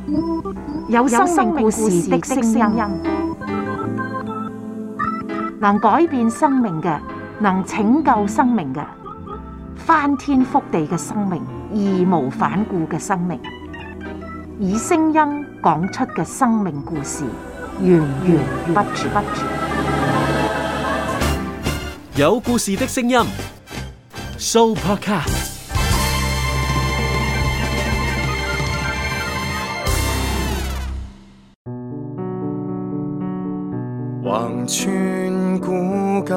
有生命故事的聲音，能改變生命嘅，能拯救生命嘅，翻天覆地嘅生命，義無反顧嘅生命，以聲音講出嘅生命故事，源源不絕。 有故事的聲音 ，Sooopodcast。 橫穿古今，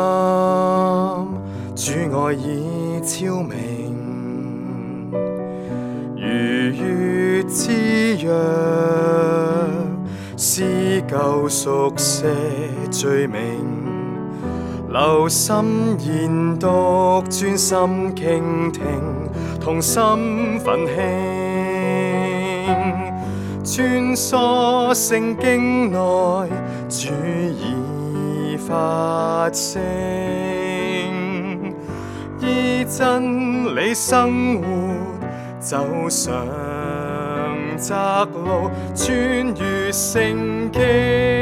主愛已超明，如月之約，撕舊熟寫罪名，留心研讀，專心傾聽，同心奮興，穿梭聖經內，主已發聲，依真理生活，走上窄路，穿越聖經。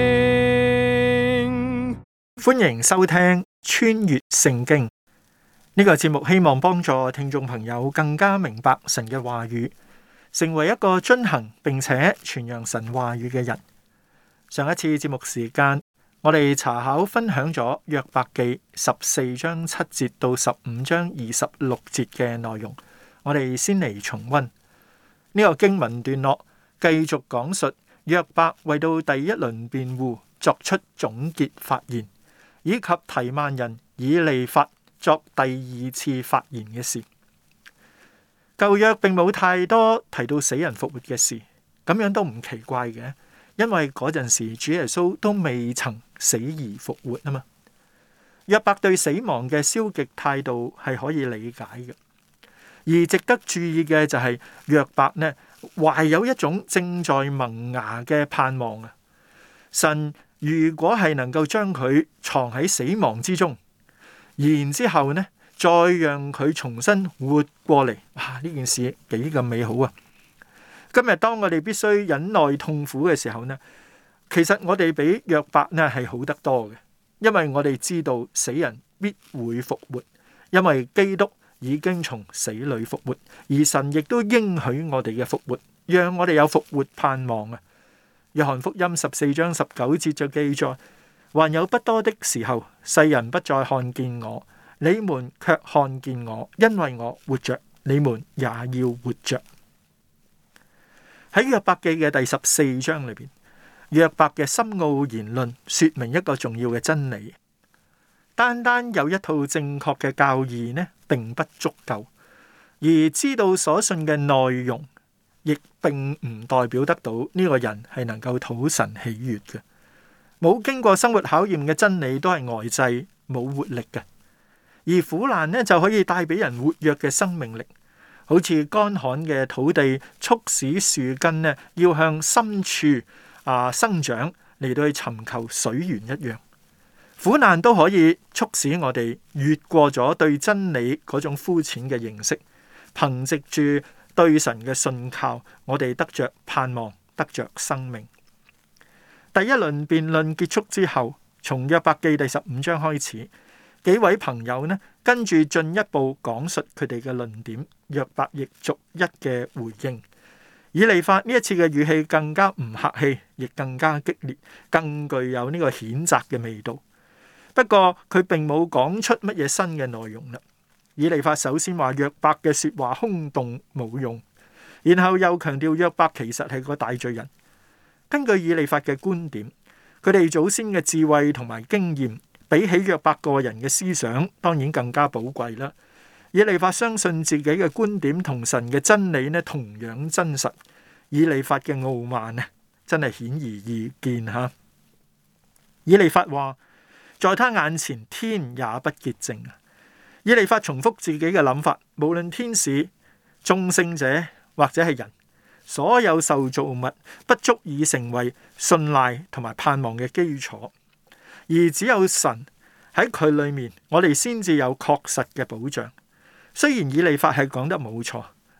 歡迎收聽穿越聖經呢個節目，希望幫助聽眾朋友更加明白神嘅話語，成為一個遵行並且傳揚神話語嘅人。上一次節目時間，我哋查考分享咗約伯記14章7節到15章26節嘅內容，我哋先嚟重溫呢個經文段落，繼續講述約伯為到第一輪辯護作出總結發言，以及提曼人以利法作第二次發言嘅事。舊約並冇太多提到死人復活嘅事，咁樣都唔奇怪嘅。因為嗰陣時主耶穌都未曾死而復活啊嘛。約伯對死亡嘅消極態度係可以理解嘅，而值得注意嘅就係約伯呢懷有一種正在萌芽嘅盼望啊。神如果係能夠將佢藏喺死亡之中，然之後呢再讓佢重新活過嚟，哇！呢件事幾咁美好啊！今日當我哋必須忍耐痛苦嘅時候呢，其實我哋比約伯呢係好得多嘅，因為我哋知道死人必會復活，因為基督已經從死裏復活，而神亦都應許我哋嘅復活，讓我哋有復活盼望啊。約翰福音14章19節就記載，還有不多的時候，世人不再看見我，你們卻看見我，因為我活着，你們也要活着。喺約伯記嘅第14章裏邊，約伯嘅深奧言論說明一個重要嘅真理：單單有一套正確嘅教義呢，並不足夠；而知道所信嘅內容，亦並唔代表得到呢個人係能夠討神喜悅嘅。冇經過生活考驗嘅真理都係呆滯冇活力嘅，而苦難呢就可以帶俾人活躍嘅生命力。好似乾旱嘅土地促使樹根呢要向深處生長嚟到去尋求水源一樣，苦難都可以促使我哋越過咗對真理嗰種膚淺嘅認識，憑藉住對神嘅信靠，我哋得着盼望，得着生命。第一輪辯論結束之後，從約伯記第15章開始，幾位朋友呢跟住進一步講述佢哋嘅論點，約伯亦逐一嘅回應。以利法呢一次嘅語氣更加唔客氣，亦更加激烈，更具有呢個譴責嘅味道。不過佢並冇講出乜嘢新嘅內容啦。以利法首先話約伯嘅說話空洞冇用，然後又強調約伯其實係個大罪人。根據以利法嘅觀點，佢哋祖先嘅智慧同埋經驗，比起約伯個人嘅思想，當然更加寶貴啦。以利法相信自己嘅觀點同神嘅真理呢，同樣真實。以利法嘅傲慢呢，真係顯而易見吓。以利法話，在他眼前天也不潔淨。以利法重複自己嘅諗法，無論天使、眾聖者或者係人，所有受造物不足以成為信賴同埋盼望嘅基礎。而只有神喺佢裏面，我哋先至有確實嘅保障。雖然以利法係講得冇錯，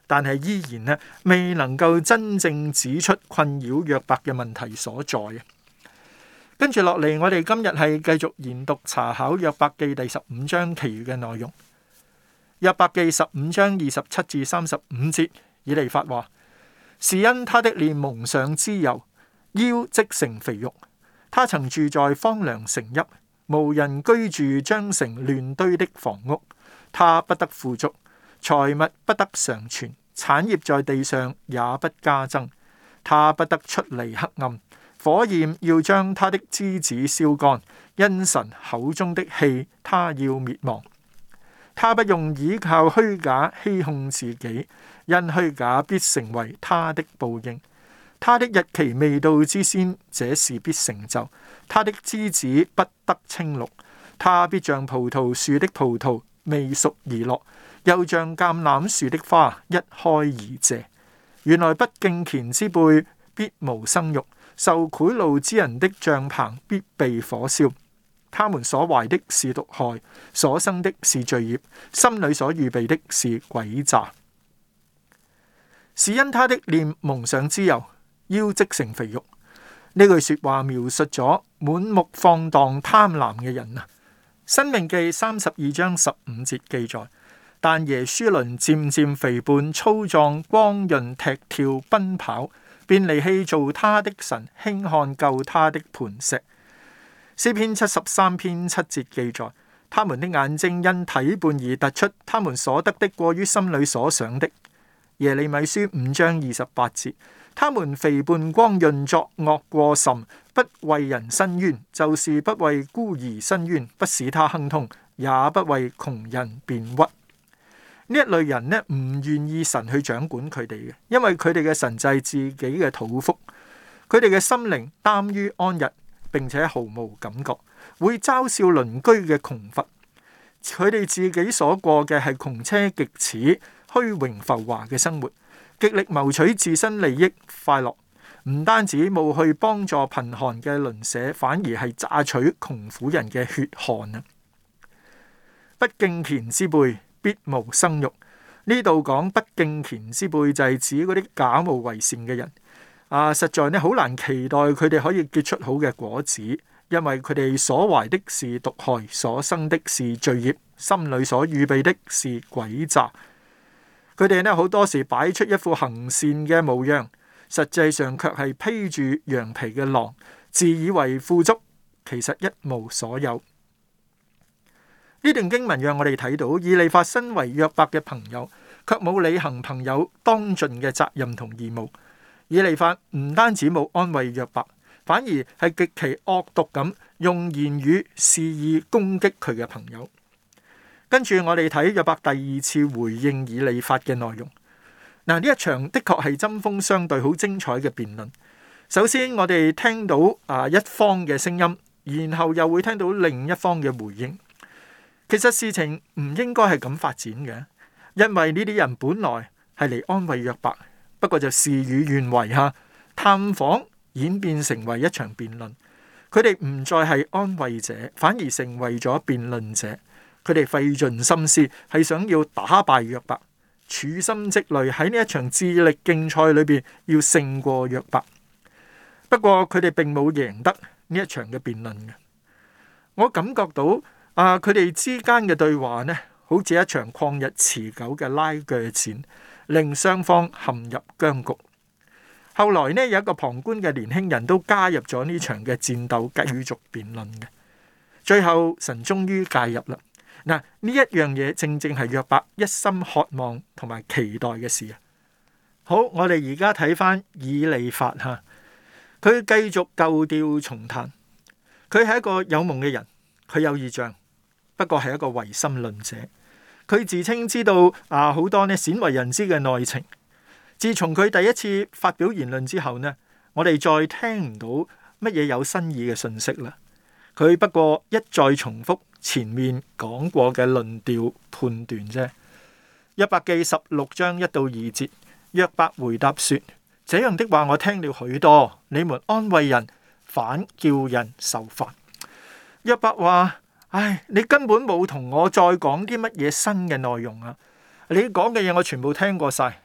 但係依然呢未能夠真正指出困擾約伯嘅問題所在。跟住落嚟，我哋今日係繼續研讀查考約伯記第15章其餘嘅內容。約伯記15章27至35節，以利法話：是因他的臉蒙上脂油，腰織成肥肉。他曾住在荒涼城邑，無人居住，將成亂堆的房屋。他不得富足，財物不得常存，產業在地上也不加增。他不得出離黑暗，火焰要將他的枝子燒乾，因神口中的氣，他要滅亡。他不用倚靠虛假欺哄自己，因虛假必成為他的報應。他的日期未到之先，這事必成就。他的枝子不得青綠，他必像葡萄樹的葡萄未熟而落，又像橄欖樹的花一開而謝。原來不敬虔之輩必無生育，受賄賂之人的帳棚必被火燒。他們所懷的是毒害，所生的是罪孽，心裏所預備的是詭詐。是因他的臉蒙上脂油，腰織成肥肉。呢句說話描述咗滿目放蕩貪婪嘅人啊。申命記32章15節記載：但耶書崙漸漸肥胖粗壯，光潤踢跳奔跑，便離棄造他的神，輕看救他的磐石。詩篇73篇7節記載：他們的眼睛因體胖而突出，他們所得的過於心裏所想的。耶利米書5章28節：他們肥胖光潤，作惡過甚，不為人伸冤，就是不為孤兒伸冤，不使他亨通，也不為窮人辯屈。呢一類人呢，唔願意神去掌管佢哋嘅，因為佢哋嘅神就係自己嘅肚腹，佢哋嘅心靈耽於安逸，並且毫無感覺，會嘲笑鄰居嘅窮乏。佢哋自己所過嘅係窮奢極侈、虛榮浮華嘅生活，極力謀取自身利益快樂，唔單止冇去幫助貧寒嘅鄰舍，反而係榨取窮苦人嘅血汗啊！不敬虔之輩必無生育。呢度講不敬虔之輩就係指嗰啲假冒為善嘅人啊，實在呢好難期待佢哋可以結出好嘅果子，因為佢哋所懷的是毒害，所生的是罪孽，心裏所預備的是詭詐。佢哋呢好多時擺出一副行善嘅模樣，實際上卻係披住羊皮嘅狼，自以為富足，其實一無所有。呢段經文讓我哋睇到，以利法身為約伯嘅朋友，卻冇履行朋友當盡嘅責任同義務。以利法唔單止冇安慰約伯，反而係極其惡毒咁用言語肆意攻擊佢嘅朋友。跟住我哋睇約伯第二次回應以利法嘅內容。嗱，呢一場的確係針鋒相對、好精彩嘅辯論。首先我哋聽到一方嘅聲音，然後又會聽到另一方嘅回應。其實事情唔應該係咁發展嘅，因為呢啲人本來係嚟安慰約伯，不過就事與願違嚇，探訪演變成為一場辯論。佢哋唔再係安慰者，反而成為咗辯論者。佢哋費盡心思係想要打敗約伯，處心積慮喺呢一場智力競賽裏邊要勝過約伯。不過佢哋並冇贏得呢一場嘅辯論嘅。我感覺到佢哋之間嘅對話呢，好似一場曠日持久嘅拉鋸戰，令雙方陷入僵局。後來呢，有一個旁觀嘅年輕人都加入咗呢場嘅戰鬥，繼續辯論嘅。最後神終於介入啦。嗱，呢一樣嘢正正係約伯一心渴望同埋期待嘅事啊！好，我哋而家睇翻以利法吓，佢繼續舊調重彈。佢係一個有夢嘅人，佢有異象，不過係一個唯心論者。佢自稱知道好多呢鮮為人知嘅內情。自從佢第一次發表言論之後呢，我哋再聽唔到乜嘢有新意嘅信息啦。佢不過一再重複前面講過嘅論調判斷啫。約伯記16章1到2節，約伯回答說：這樣的話我聽了許多，你們安慰人，反叫人受煩。約伯話：唉，你根本冇同我再講啲乜嘢新嘅內容啊！你講嘅嘢我全部聽過晒，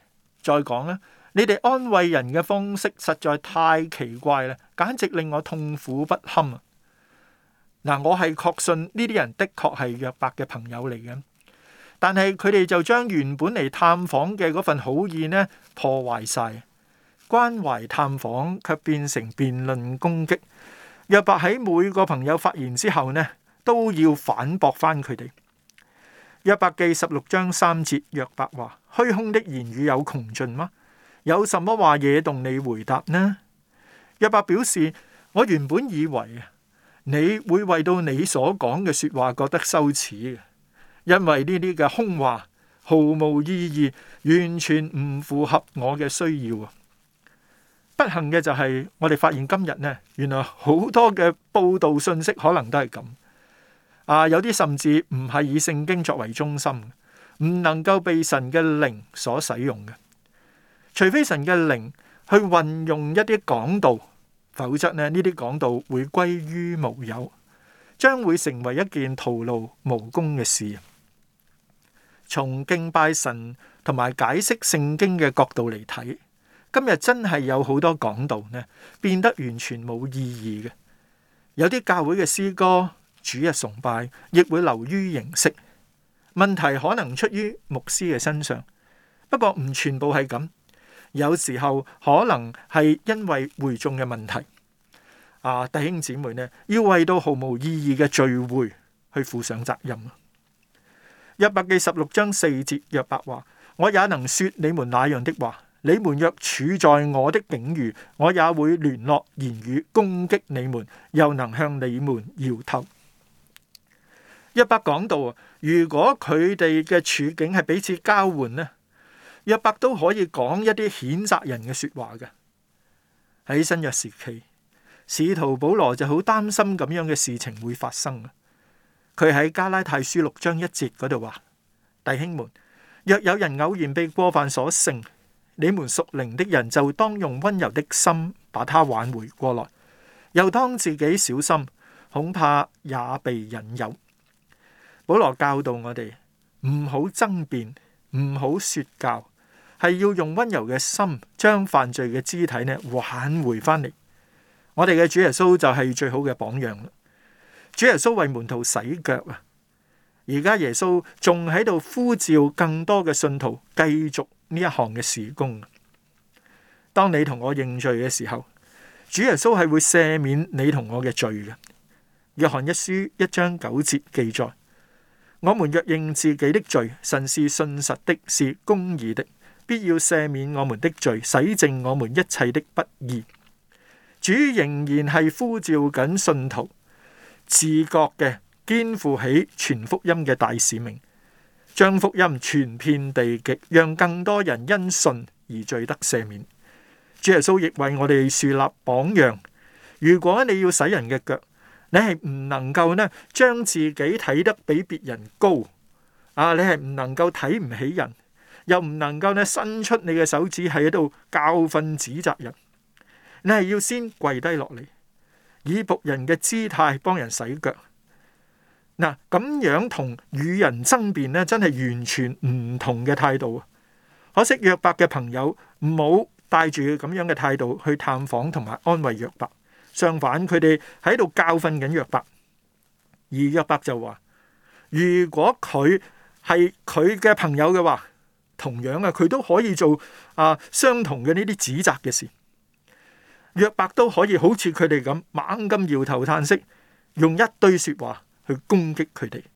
再講啦，你哋安慰人嘅方式實在太奇怪啦，簡直令我痛苦不堪啊！嗱，我係確信呢啲人的確係約伯嘅朋友嚟嘅，但係佢哋就將原本嚟探訪嘅嗰份好意呢破壞晒，關懷探訪卻變成辯論攻擊。約伯喺每個朋友發言之後呢，都要反駁翻佢哋。約伯記16章3節，約伯話：虛空的言語有窮盡嗎？有什麼話惹動你回答呢？約伯表示：我原本以為你會為到你所講嘅說話覺得羞恥嘅，因為呢啲嘅空話毫無意義，完全唔符合我嘅需要。不幸嘅就係我哋發現今日呢，原來好多嘅報道信息可能都係咁。有啲甚至唔係以聖經作為中心，唔能夠被神嘅靈所使用嘅，除非神嘅靈去運用一啲講道。否則呢啲講道會歸於無有，將會成為一件徒勞無功嘅事。從敬拜神同埋解釋聖經嘅角度嚟睇，今日真係有好多講道呢變得完全冇意義嘅。有啲教會嘅詩歌、主日崇拜亦會流於形式。問題可能出於牧師嘅身上，不過唔全部係咁。有時候可能係因為會眾嘅問題，弟兄姊妹呢要為到毫無意義嘅聚會去負上責任。約伯記16章4節，約伯話：我也能說你們那樣的話，你們若處在我的境遇，我也會聯絡言語攻擊你們，又能向你們搖頭。約伯講到，如果佢哋嘅處境係彼此交換呢，約伯都可以講一啲譴責人嘅說話嘅。喺新約時期，使徒保羅就好擔心咁樣嘅事情會發生。佢喺加拉太書6章1節嗰度話：弟兄們，若有人偶然被過犯所勝，你們屬靈的人就當用溫柔的心把他挽回過來，又當自己小心，恐怕也被引誘。保羅教導我哋唔好爭辯，唔好說教，係要用溫柔嘅心將犯罪嘅肢體呢挽回翻嚟。我哋嘅主耶穌就係最好嘅榜樣啦。主耶穌為門徒洗腳啊，而家耶穌仲喺度呼召更多嘅信徒繼續呢一項嘅事工。當你同我認罪嘅時候，主耶穌係會赦免你同我嘅罪嘅。約翰一書1章9節記載：我們若認自己的罪，神是信實的，是公義的，必要赦免我們的罪，洗淨我們一切的不義。主仍然係呼召緊信徒，自覺嘅肩負起傳福音嘅大使命，將福音傳遍地極，讓更多人因信而罪得赦免。主耶穌亦為我哋樹立榜樣。如果你要洗人嘅腳，你係唔能夠呢將自己睇得比別人高，你係唔能夠睇唔起人，又唔能夠呢伸出你嘅手指喺度教訓指責人。你係要先跪低落嚟，以僕人嘅姿態幫人洗腳。嗱，咁樣同與人爭辯呢，真係完全唔同嘅態度。可惜約伯嘅朋友唔好帶住咁樣嘅態度去探訪同埋安慰約伯，相反佢哋喺度教訓緊約伯。而約伯就話：如果佢係佢嘅朋友嘅話，同樣佢都可以做相同嘅呢啲指責嘅事。約伯都可以好似佢哋咁猛咁搖頭嘆息，用一堆說話去攻擊佢哋。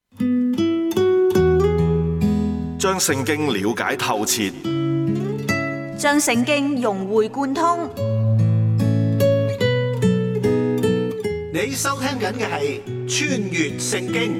將聖經了解透徹， 將聖經融會貫通。 你收聽緊嘅係穿越聖經。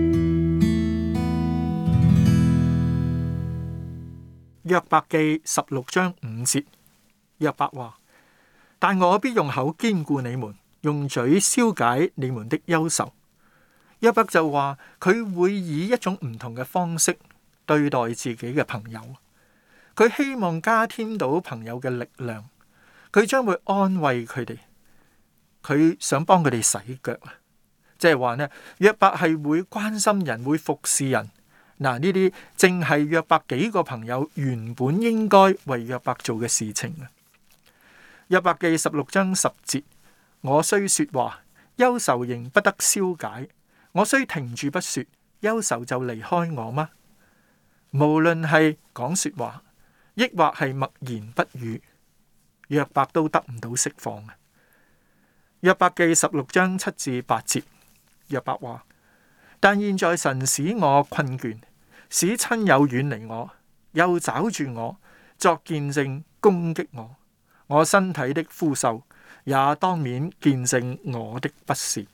約伯記16章5節，約伯話：但我必用口堅固你們，用嘴消解你們的憂愁。約伯就話佢會以一種唔同嘅方式對待自己嘅朋友，佢希望加添到朋友嘅力量，佢將會安慰佢哋，佢想幫佢哋洗腳，即係話呢，約伯係會關心人，會服侍人， 嗱，呢啲正係約伯幾個朋友原本應該為約伯做嘅事情啊。約伯記16章10節，我雖說話，憂愁仍不得消解；我雖停住不說，憂愁就離開我嗎？無論係講說話，抑或係默言不語，約伯都得唔到釋放啊。約伯記16章7至8節，約伯話：但現在神使我困倦，使親友遠離我，又抓住我作見證攻擊我。我身體的枯瘦也當面見證我的不是。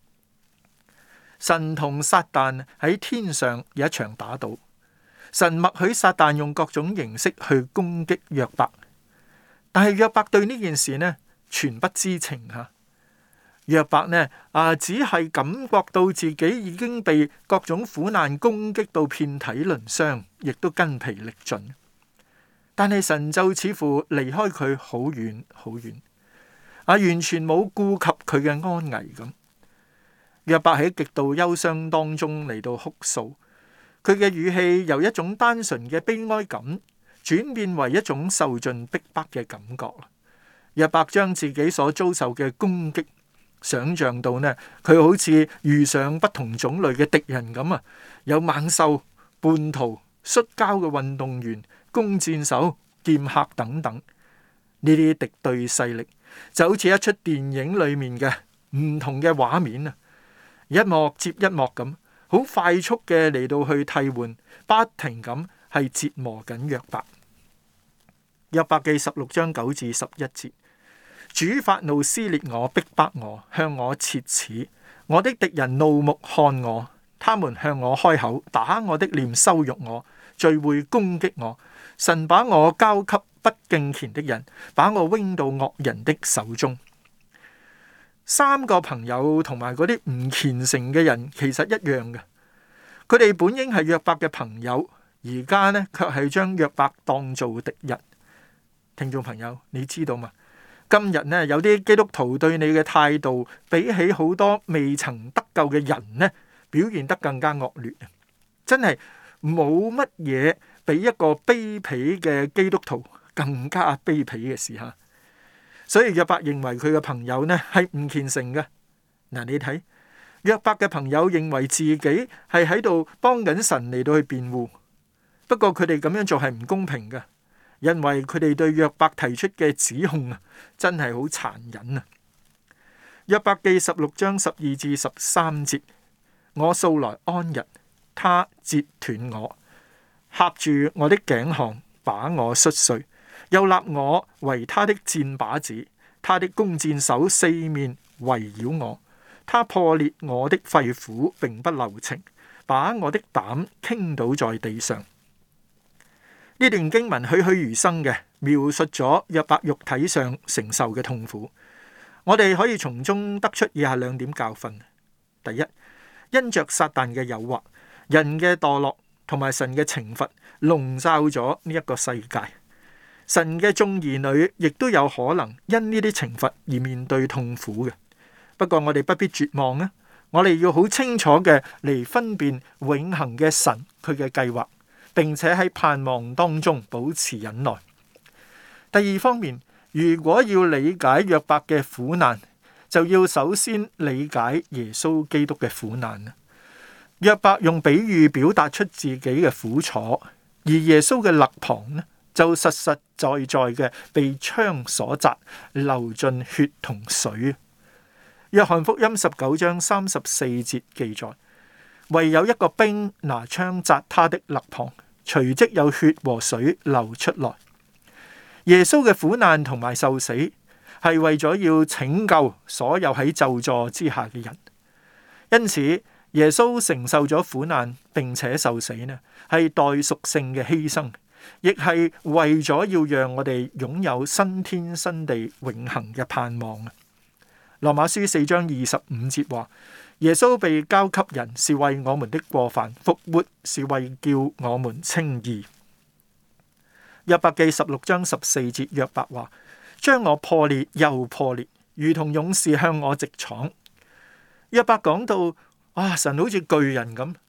神同撒旦喺天上有一場打賭，神默許撒旦用各種形式去攻擊約伯，但係約伯對呢件事呢全不知情吓。約伯呢只係感覺到自己已經被各種苦難攻擊到遍體鱗傷，亦都筋疲力盡。但係神就似乎離開佢好遠好遠，完全冇顧及佢嘅安危咁。約伯喺極度憂傷當中嚟到哭訴，佢嘅語氣由一種單純嘅悲哀感轉變為一種受盡逼迫嘅感覺。約伯將自己所遭受嘅攻擊想象到呢，佢好似遇上不同種類嘅敵人咁啊，有猛獸、叛徒、摔跤嘅運動員、弓箭手、劍客等等，呢啲敵對勢力就好似一出電影裏面嘅唔同嘅畫面啊，一幕接一幕咁，好快速嘅嚟到去替換，不停咁係折磨緊約伯。約伯記16章9至11節。主發怒撕裂我，逼迫我，向我切齒。我的敵人怒目看我，他們向我開口，打我的臉，羞辱我，聚會攻擊我。神把我交給不敬虔的人，把我扔到惡人的手中。三個朋友同埋嗰啲唔虔誠嘅人其實一樣嘅，佢哋本應係約伯嘅朋友，而家呢卻係將約伯當做敵人。聽眾朋友，你知道嗎？今日呢，有啲基督徒對你嘅態度，比起好多未曾得救嘅人呢，表現得更加惡劣。真係冇乜嘢比一個卑鄙嘅基督徒更加卑鄙嘅事吓。所以約伯認為佢嘅朋友呢係唔虔誠嘅。嗱，你睇約伯嘅朋友認為自己係喺度幫緊神嚟到去辯護，不過佢哋咁樣做係唔公平嘅。因為佢哋對約伯提出嘅指控啊，真係好殘忍啊！約伯記16章12至13節，我素來安逸，他折斷我，掐住我的頸項，把我摔碎，又立我為他的箭靶子，他的弓箭手四面圍繞我，他破裂我的肺腑，並不留情，把我的膽傾倒在地上。呢段經文栩栩如生嘅描述咗約伯肉體上承受嘅痛苦，我哋可以從中得出以下兩點教訓。第一，因着撒旦嘅誘惑，人嘅墮落同埋神嘅懲罰籠罩咗呢一個世界，神嘅眾兒女亦都有可能因呢啲懲罰而面對痛苦嘅。不過我哋不必絕望啊，我哋要好清楚嘅嚟分辨永恆嘅神佢嘅計劃，並且喺盼望當中保持忍耐。第二方面，如果要理解約伯嘅苦難，就要首先理解耶穌基督嘅苦難。約伯用比喻表達出自己嘅苦楚，而耶穌嘅肋旁呢，就實實在在嘅被槍所扎，流盡血同水。約翰福音19章34節記載，唯有一個兵拿槍扎他的肋旁，隨即有血和水流出來。耶穌嘅苦難同埋受死係為咗要拯救所有喺咒詛之下嘅人，因此耶穌承受咗苦難並且受死呢，係代贖性嘅犧牲，亦係為咗要讓我哋擁有新天新地永恆嘅盼望啊。羅馬書4章25節話，耶穌被交給人是為我們的過犯，復活是為叫我們稱義。約伯記16章14節，約伯話，將我破裂又破裂，如同勇士向我直闖。約伯講到，神好似巨人咁，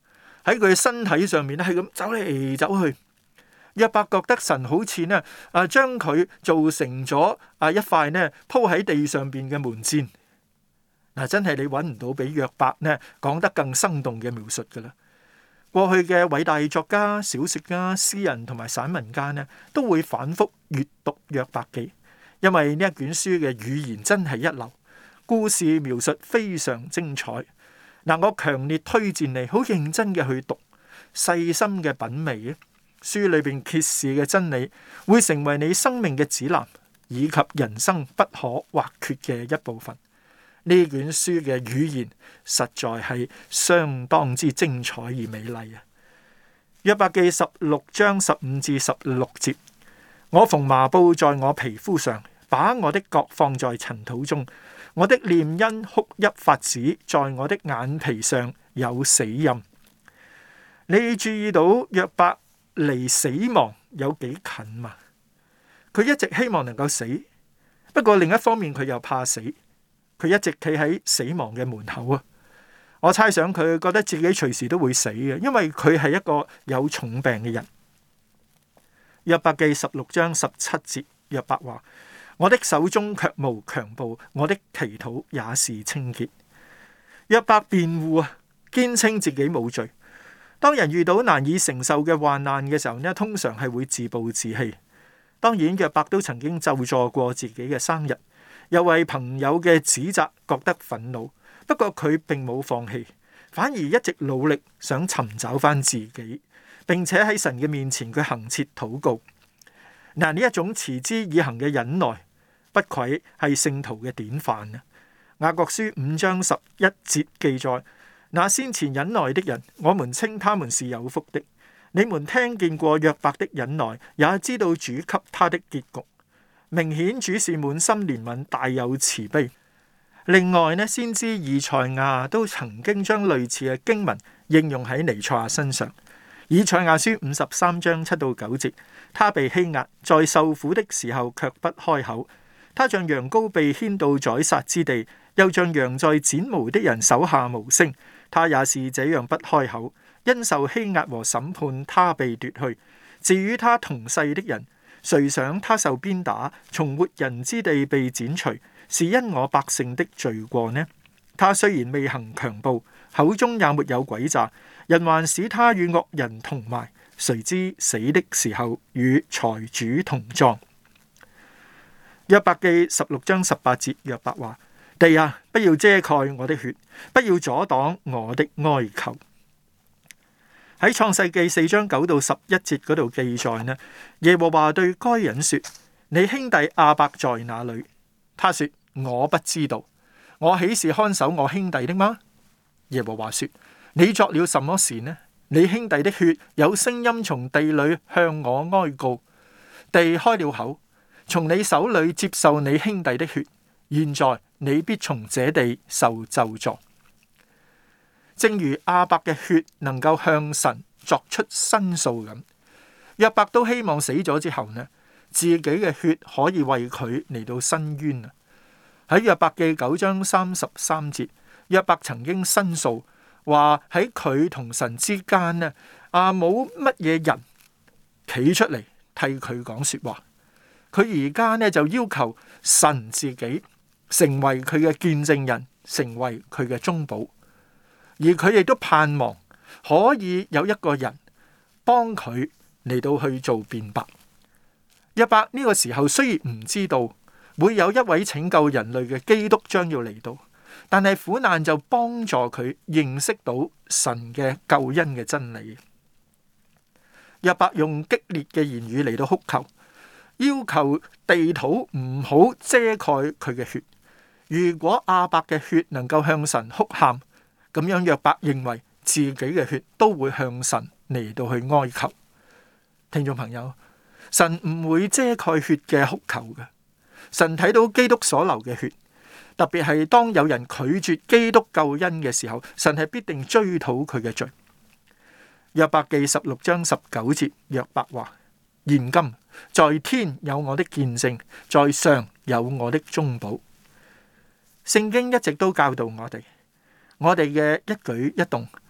喺佢身體上面咧係咁走嚟走去。約伯覺得神好似呢將佢做成咗一塊呢鋪喺地上邊嘅門氈。真係你揾唔到比約伯呢講得更生動嘅描述噶啦。過去嘅偉大作家、小說家、詩人同埋散文家呢，都會反覆閱讀約伯記，因為呢一卷書嘅語言真係一流，故事描述非常精彩。我強烈推薦你好認真嘅去讀，細心嘅品味。書裏邊揭示嘅真理會成為你生命嘅指南，以及人生不可或缺嘅一部分。呢卷書嘅語言實在係相當之精彩而美麗啊！約伯記16章15至16節：我縫麻布在我皮膚上，把我的角放在塵土中，我的臉因哭泣發紫，在我的眼皮上有死印。你注意到約伯離死亡有幾近嘛？佢一直希望能夠死，不過另一方面佢又怕死。佢一直企喺死亡嘅門口啊！我猜想佢覺得自己隨時都會死嘅，因為佢係一個有重病嘅人。約伯記16章17節，約伯話：我的手中卻無強暴，我的祈禱也是清潔。約伯辯護啊，堅稱自己冇罪。當人遇到難以承受嘅患難嘅時候呢，通常係會自暴自棄。當然，約伯都曾經咒詛過自己嘅生日。又為朋友嘅指責覺得憤怒，不過佢並冇放棄，反而一直努力想尋找翻自己，並且喺神嘅面前佢恆切禱告。呢一種持之以恆嘅忍耐，不愧係聖徒嘅典範啊！雅各書5章11節記載：那先前忍耐的人，我們稱他們是有福的。你們聽見過約伯的忍耐，也知道主給他的結局。明顯主是滿心憐憫，大有慈悲。另外呢，先知以賽亞都曾經將類似嘅經文應用喺彌賽亞身上。以賽亞書53章7到9節：他被欺壓，在受苦的時候卻不開口。他像羊羔被牽到宰殺之地，又像羊在剪毛的人手下無聲。他也是這樣不開口，因受欺壓和審判，他被奪去。至於他同世的人，誰想他受鞭打，從活人之地被剪除，是因我百姓的罪過呢？他雖然未行強暴，口中也沒有詭詐，人還使他與惡人同埋，誰知死的時候與財主同葬。約伯記16章18節，約伯話：地啊，不要遮蓋我的血，不要阻擋我的哀求。喺創世記4章9到11節嗰度記載呢，耶和華對該人說：你兄弟亞伯在哪裏？他說：我不知道。我豈是看守我兄弟的嗎？耶和華說：你作了什麼事呢？你兄弟的血有聲音從地裏向我哀告，地開了口，從你手裏接受你兄弟的血。現在你必從這地受咒詛。正如亞伯嘅血能夠向神作出申訴咁，約伯都希望死咗之後呢，自己嘅血可以為佢嚟到伸冤啊！喺約伯記9章33節，約伯曾經申訴話喺佢同神之間呢，冇乜嘢人企出嚟替佢講說話。佢而家呢就要求神自己成為佢嘅見證人，成為佢嘅中保。而佢亦都盼望可以有一個人幫佢嚟到去做辯白。約伯呢個時候雖然唔知道會有一位拯救人類嘅基督將要嚟到，但係苦難就幫助佢認識到神嘅救恩嘅真理。約伯用激烈嘅言語嚟到哭求，要求地土唔好遮蓋佢嘅血。如果亞伯嘅血能夠向神哭喊，咁樣約伯認為自己嘅血都會向神嚟到去哀求。聽眾朋友，神唔會遮蓋血嘅哭求嘅。神睇到基督所流嘅血，特別係當有人拒絕基督救恩嘅時候，神係必定追討佢嘅罪。約伯記16章19節，約伯話：現今在天有我的見證，在上有我的中保。聖經一直都教導我哋嘅一舉一動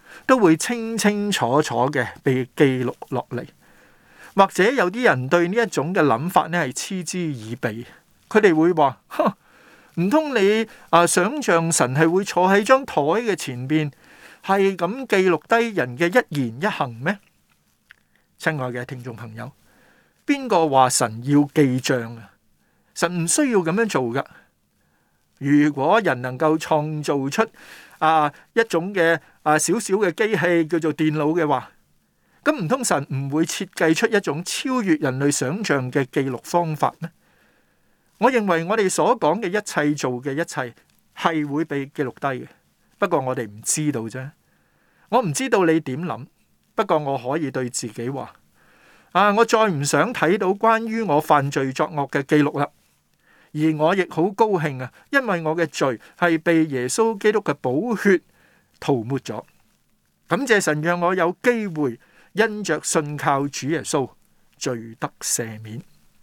都會清清楚楚嘅被記錄落嚟。或者有啲人對呢一種嘅諗法呢係嗤之以鼻，佢哋會話：唔通你想像神係會坐喺張台嘅前邊，係咁記錄低人嘅一言一行咩？親愛嘅聽眾朋友，邊個話神要記帳啊？神唔需要咁樣做噶。如果人能夠創造出一種嘅小小嘅機器叫做電腦嘅話，咁唔通神唔會設計出一種超越人類想象嘅記錄方法咩？我認為我哋所講嘅一切做嘅一切係會被記錄低嘅，不過我哋唔知道啫。我唔知道你點諗，不過我可以對自己話：我再唔想睇到關於我犯罪作惡嘅記錄啦。而我亦好高興啊，因為我嘅罪係被耶穌基督嘅寶血塗抹咗。感謝神讓我有機會因着信靠主耶穌，罪得赦免。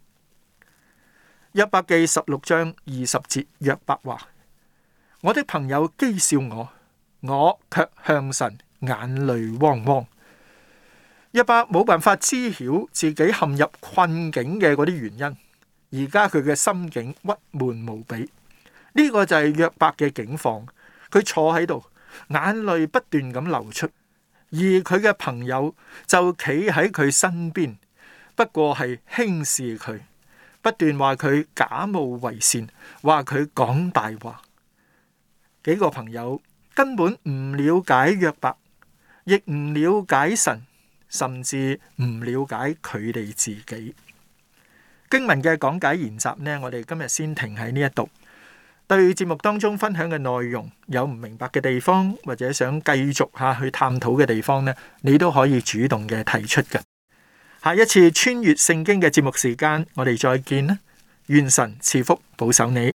約伯記16章20節，約伯話：我的朋友譏笑我，我卻向神眼淚汪汪。約伯冇辦法知曉自己陷入困境嘅嗰啲原因。而家佢嘅心境鬱悶無比，呢個就係約伯嘅境況。佢坐喺度，眼淚不斷咁流出，而佢嘅朋友就企喺佢身邊，不過係輕視佢，不斷話佢假冒為善，話佢講大話。幾個朋友根本唔了解約伯，亦唔了解神，甚至唔了解佢哋自己。經文嘅講解研習呢，我哋今日先停喺呢一度。對節目當中分享嘅內容有唔明白嘅地方，或者想繼續去探討嘅地方呢，你都可以主動嘅提出嘅。下一次穿越聖經嘅節目時間，我哋再見啦！願神賜福保守你。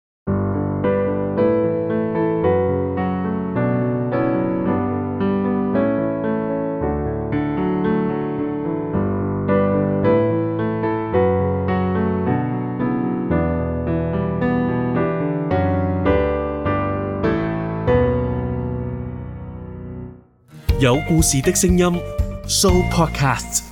有故事的聲音 Show Podcast。